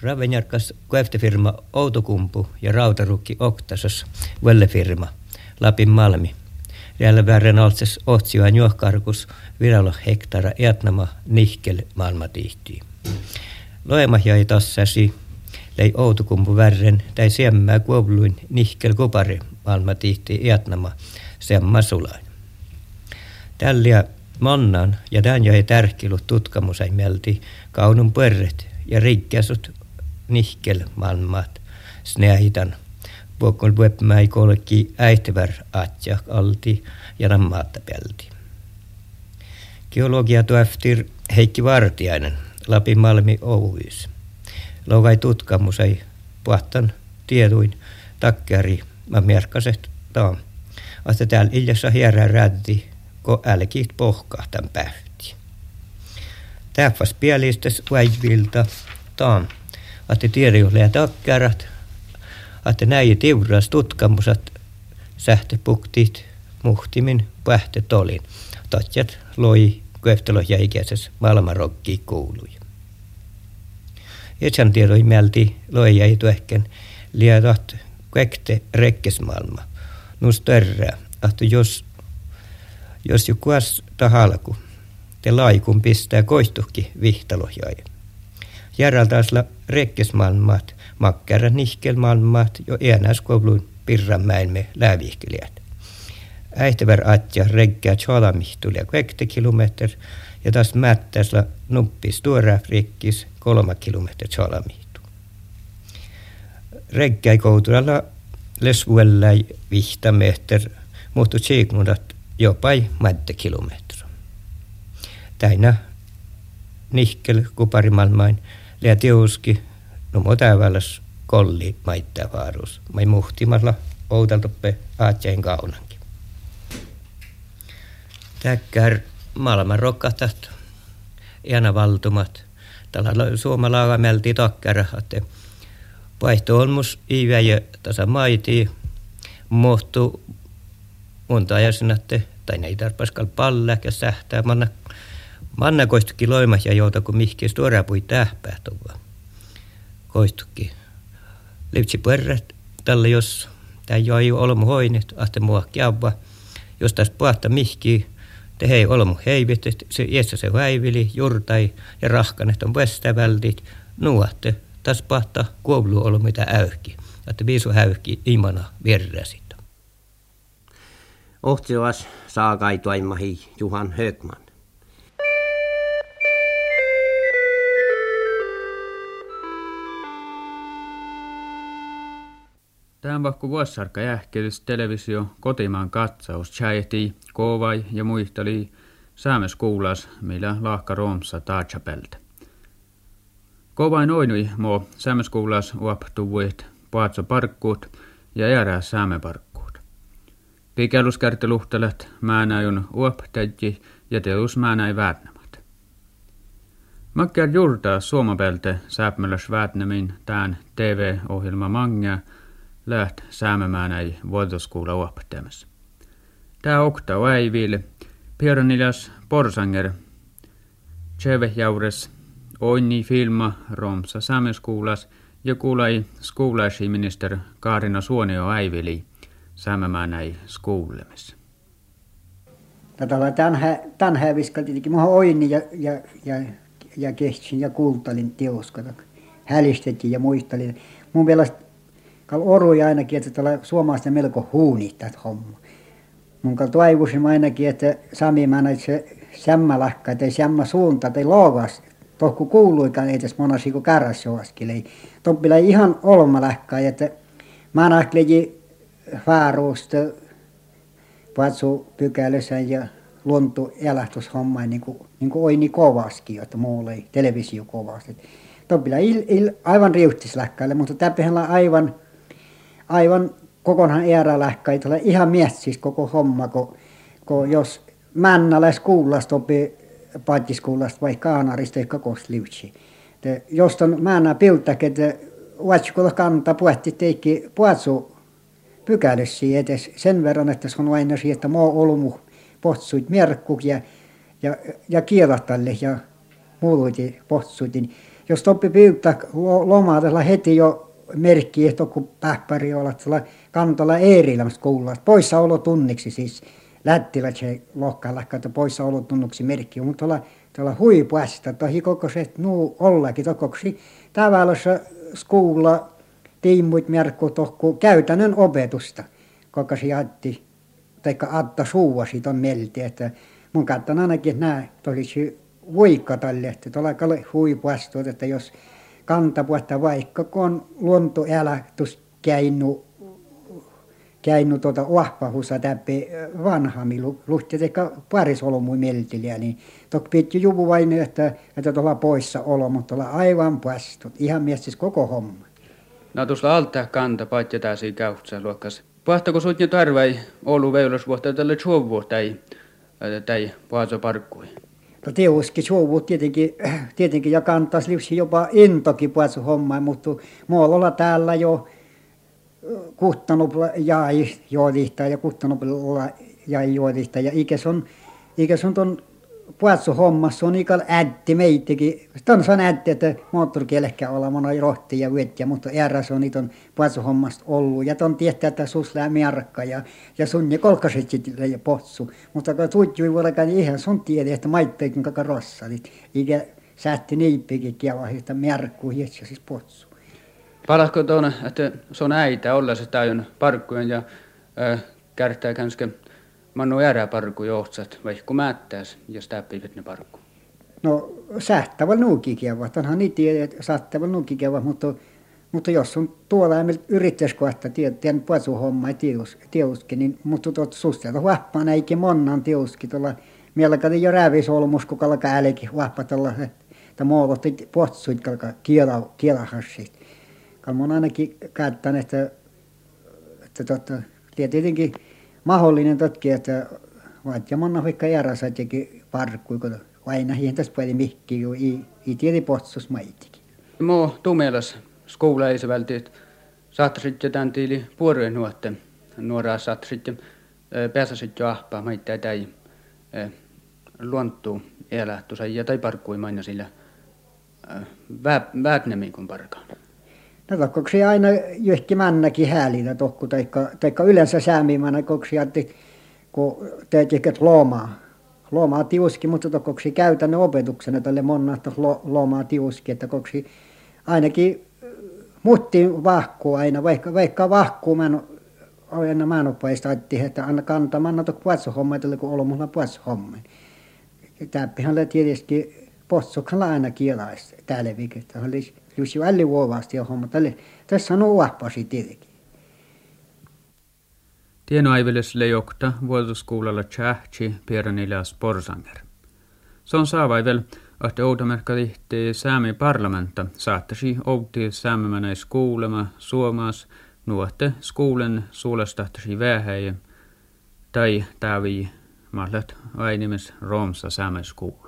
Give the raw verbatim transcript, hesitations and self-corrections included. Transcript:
Ravenjarkas koeftefirma Outokumpu ja Rautarukki Oktasas Velle-firma Lapin Malmi. Vielä värren altses otsivan juohkarkus viralla hektara etnama nihkel maailmatihtii. Loema jäi tassasi lei Outokumpu värren tai siemmää kuovluin nihkel kupari maailmatihtii etnama semma sulain. Tälliä mannan ja tämän jäi tärkilut tutkamusai melti kaunun pörret ja rikkäsut nihkel maailmat snähitan. Vuokon vuopmäi kolki äittävär atja alti ja rammaatta pelti. Geologia tueftir Heikki Vartiainen Lapin Malmi Oys. Logai tutkamusai puhtan tieduin takkari mä merkkaset taam. Asta täällä iljassa hierää rääti, ko älkiit pohkahtan pähti. Tähväs pielistes väiviltä taam. Asta tiedujuhleja takkarat. Että näin tiuras tutkamusat sähtepuktit muhtimin pähtetolin. Tatjat loi köftelos jäikäisessä maailmanrokkiin kuului. Etsän tiedoi mielti loi jäi tuehken liatat kökte rekkesmaailma. Nus törrää, että jos, jos joku as tahalku, te laikun pistää koistuhki vihtalohjai. Järjaltaisella rekkesmaailmaat makkara nihkelmaailmaat jo enäskouluun pirranmäemme lävihkelijät. Äihtävär atja rekkää tjalamihtulia kvekte kilometer ja taas mättäsla nuppis tuoraa rikkis kolma kilometer tjalamihtu. Rekkää koutulalla lesvuelläi vihtameter muuttu tsiiknudat jopa mättä kilometra. Täinä nihkel kuparimaailmain lää tiuski numo täyvälläs kolli maittaa vaarus. Mai muhtimalla outaltoppe aatjain kaunankin. Täkkär maailman rokkahtat, iana valtumat. Tällä suomalaaga melti takkärä, että vaihto on mus iiväjä tasa maitii. Muhtu monta ajasinnatte, tai ne ei tarpaskal palläk ja sähtää. Manna, manna koistukin loimas ja jouta, kun mihkis tuoraa pui tähpää tuvaa. Koistukin. Livtsi pörrät tällä jos tää joi olmu hoinet, ahte mua kiavva. Jos täs puhta mihkii, te hei olmu heivit, se iässä se väivili, jurtai ja rahkanet on västäväldit. Nuahte täs pahta kuovlu olmu mitä äyhki, että viisu häyhki imana virräsit. Ohtsivas saakaituaimahi Juhan Högman. Tämän vaikka vuosisarkka jähkelys televisio kotimaan katsaus tjäihti kovai ja muisteli saameskuulas, millä lahka Roomsa taatsapeltä. Kovai noinui mo saameskuulas uaptuvuit paatso parkkuut ja järää saameparkkuut. Pikälluskärteluhtelet määnäjun uaptäjji ja teus määnäi väätnämät. Makkar juurtaa suomapelte sääpmälläs väätnämin tään T V-ohjelma Mangia läht säämämäänäi vuotoskuulla uapteemassa. Tää okta väiville, pieraniljas porsanger, tsevehjaures, oini filma Romsa saameskuulas ja kuulai skuulaisiminister Kaarina Suonio äivili säämämäänäi skuulemassa. Tätä tämän häviskalti tietenkin. Mä oini ja, ja, ja, ja kehtsin ja kuultalin teoskata. Hälistettiin ja muistalin. Mun mielestä orui ainakin, että tällä suomalaista melko huunittaa homma. Mun kal toivoisin ainakin, että Sami mä se sämmälahka tai sämmä suunta tai loogas. Tohku kuuluikaan ei tässä monasi kuin kärräsjoaskille. Toppila ihan olmalähkaa, että mä nähkleji vääruusta patsu pykälässä ja luontu elähtyshomma niin kuin, niin kuin oini kovaskin, että muulla ei televisio kovasti. Toppila il, il, aivan riuttislähkäille, mutta täppähän aivan aivan kokonaan äärälähkäi, ihan mietsis koko homma, kun, kun jos männäläis kuullasta opi paattiskuullasta vai kaanarista eikä kosliutsi. Jos on männä piltäk, että vatsikulla kantaa puetti teikki puatsu pykälyssiä edes sen verran, että se on aina siihen, että maa olmu potsuit merkkuk ja, ja, ja kielatalle ja muuluiti potsuitin. jos toppi pyytää lomaa tällä heti jo merkki, että kun pähpäri olla tällä kantolla Eerilämästä kuulla. Poissaolo tunniksi siis lättilä se lohkalla, että poissaolo tunnuksi merkki. Mutta tuolla, tuolla huipuästä, tohi koko se nuu ollakin tokoksi tavallissa skuulla tiimmuit merkku tohku käytännön opetusta, koko se jätti, taikka Atta Suuasi ton melti, että mun katson ainakin, että nämä olisi voikka tälle, että tuolla huipuästä, että jos kantapuolta vaikka kun on luontoelähtus käynyt, käynyt tuota ohpahussa täppi vanhammin luhti, eikä parisolmui meltiliä, niin toki piti juvu vain, että, että tuolla poissa olo, mutta tuolla aivan puastut, ihan mies siis koko homma. No tuossa alta kanta paitsi täsi käyhtsä luokkas. Pahtako sut nyt tarvai Oulu veilusvuotta tälle tjuvua tai, tai puhatso parkkui? No teuskin tjuvua tietenkin, tietenkin ja kantaisi livsi jopa intokin puhatso hommaa, mutta muualla olla täällä jo kuttanut jäi juodihtaa ja kuttanut jäi juodihtaa ja ikäs on, ikäs on ton puhatso hommassa on ikään ätti meittäkin. Ton on ätti, että moottorikielekkä olla mona rohti ja vyöttiä, mutta eräs on niitä puhatso hommasta ollut. Ja ton tietää, että sus lää märkka ja, ja sun ja kolkaset sitten ja potsu. Mutta kun tuutjui vuodekaan, niin ihan sun tiedä, että maitteikin kaka rossalit. Ikä säätti niippikin kiavahi, että märkkuu hietsä siis potsu. Palatko tuona, että se on äitä olla se täyden parkkujen ja äh, kärtää känskä Manu järä parkku johtsat, vaikka määttäis, jos täppiivät ne parkku. No sähtävällä nuukikievät, onhan niitä tiedät, sähtävällä nuukikievät, mutta, mutta jos on tuolla ei yrittäisi kohta, tiedän puhatsuhomma ja tiuskin, niin mutta tuot susteella huoppaan eikä monnan tiuskin, tuolla mielelläkin jo räävisolmus, kun kalka älläkin huoppa tuolla, että muodotti puhatsuit kalka kielahassit. Kalma on ainakin käyttänyt, että, että totta, tietenkin mahdollinen totki, että vaatja monna vaikka järjessä teki parkkui, kun aina hiin tässä paljon mihkiä, jo ei, ei tiedä potsus maitikin. Muu tumelas skoula ei se vältti, että saattaisit jo tämän tiili puolueen nuotte, nuoraa saattaisit jo pääsäsit jo ahpaa maittaa tai luonttuu elähtusa ja tai parkkui maina sillä vääpnemiin kuin parkaan. No tokkoksi aina johonkin männäkin häälitä tokku, taikka, taikka yleensä säämimäänä koksi, että kun teet ehkä lomaa, lomaa tiuski, mutta tokkoksi käytännön opetuksena tälle monna, että lomaa tiuski, että koksi ainakin muttiin vahkuu aina, vaikka, vaikka vahkuu mä en aina mä en opaista, että aina kantaa, mä annan tokko puhatsohomma, että kun olo mulla puhatsohomma. Täppihän le tietysti potsuksella aina kielaista täällä vikettä, olisi Jussi välli vuovasti ja homma. Tälle, tässä on uahpasi tietenkin. Tienoaivilliselle jokta vuotuskuulalla tjähtsi pieranilla sporsanger. Se on saavaivel, että outomerkka tihti Säämi parlamenta saattaisi outi säämämänäis kuulema suomaas nuotte skuulen suolestahtasi vähäjä tai tävi mallet ainimes Roomsa säämäiskuul.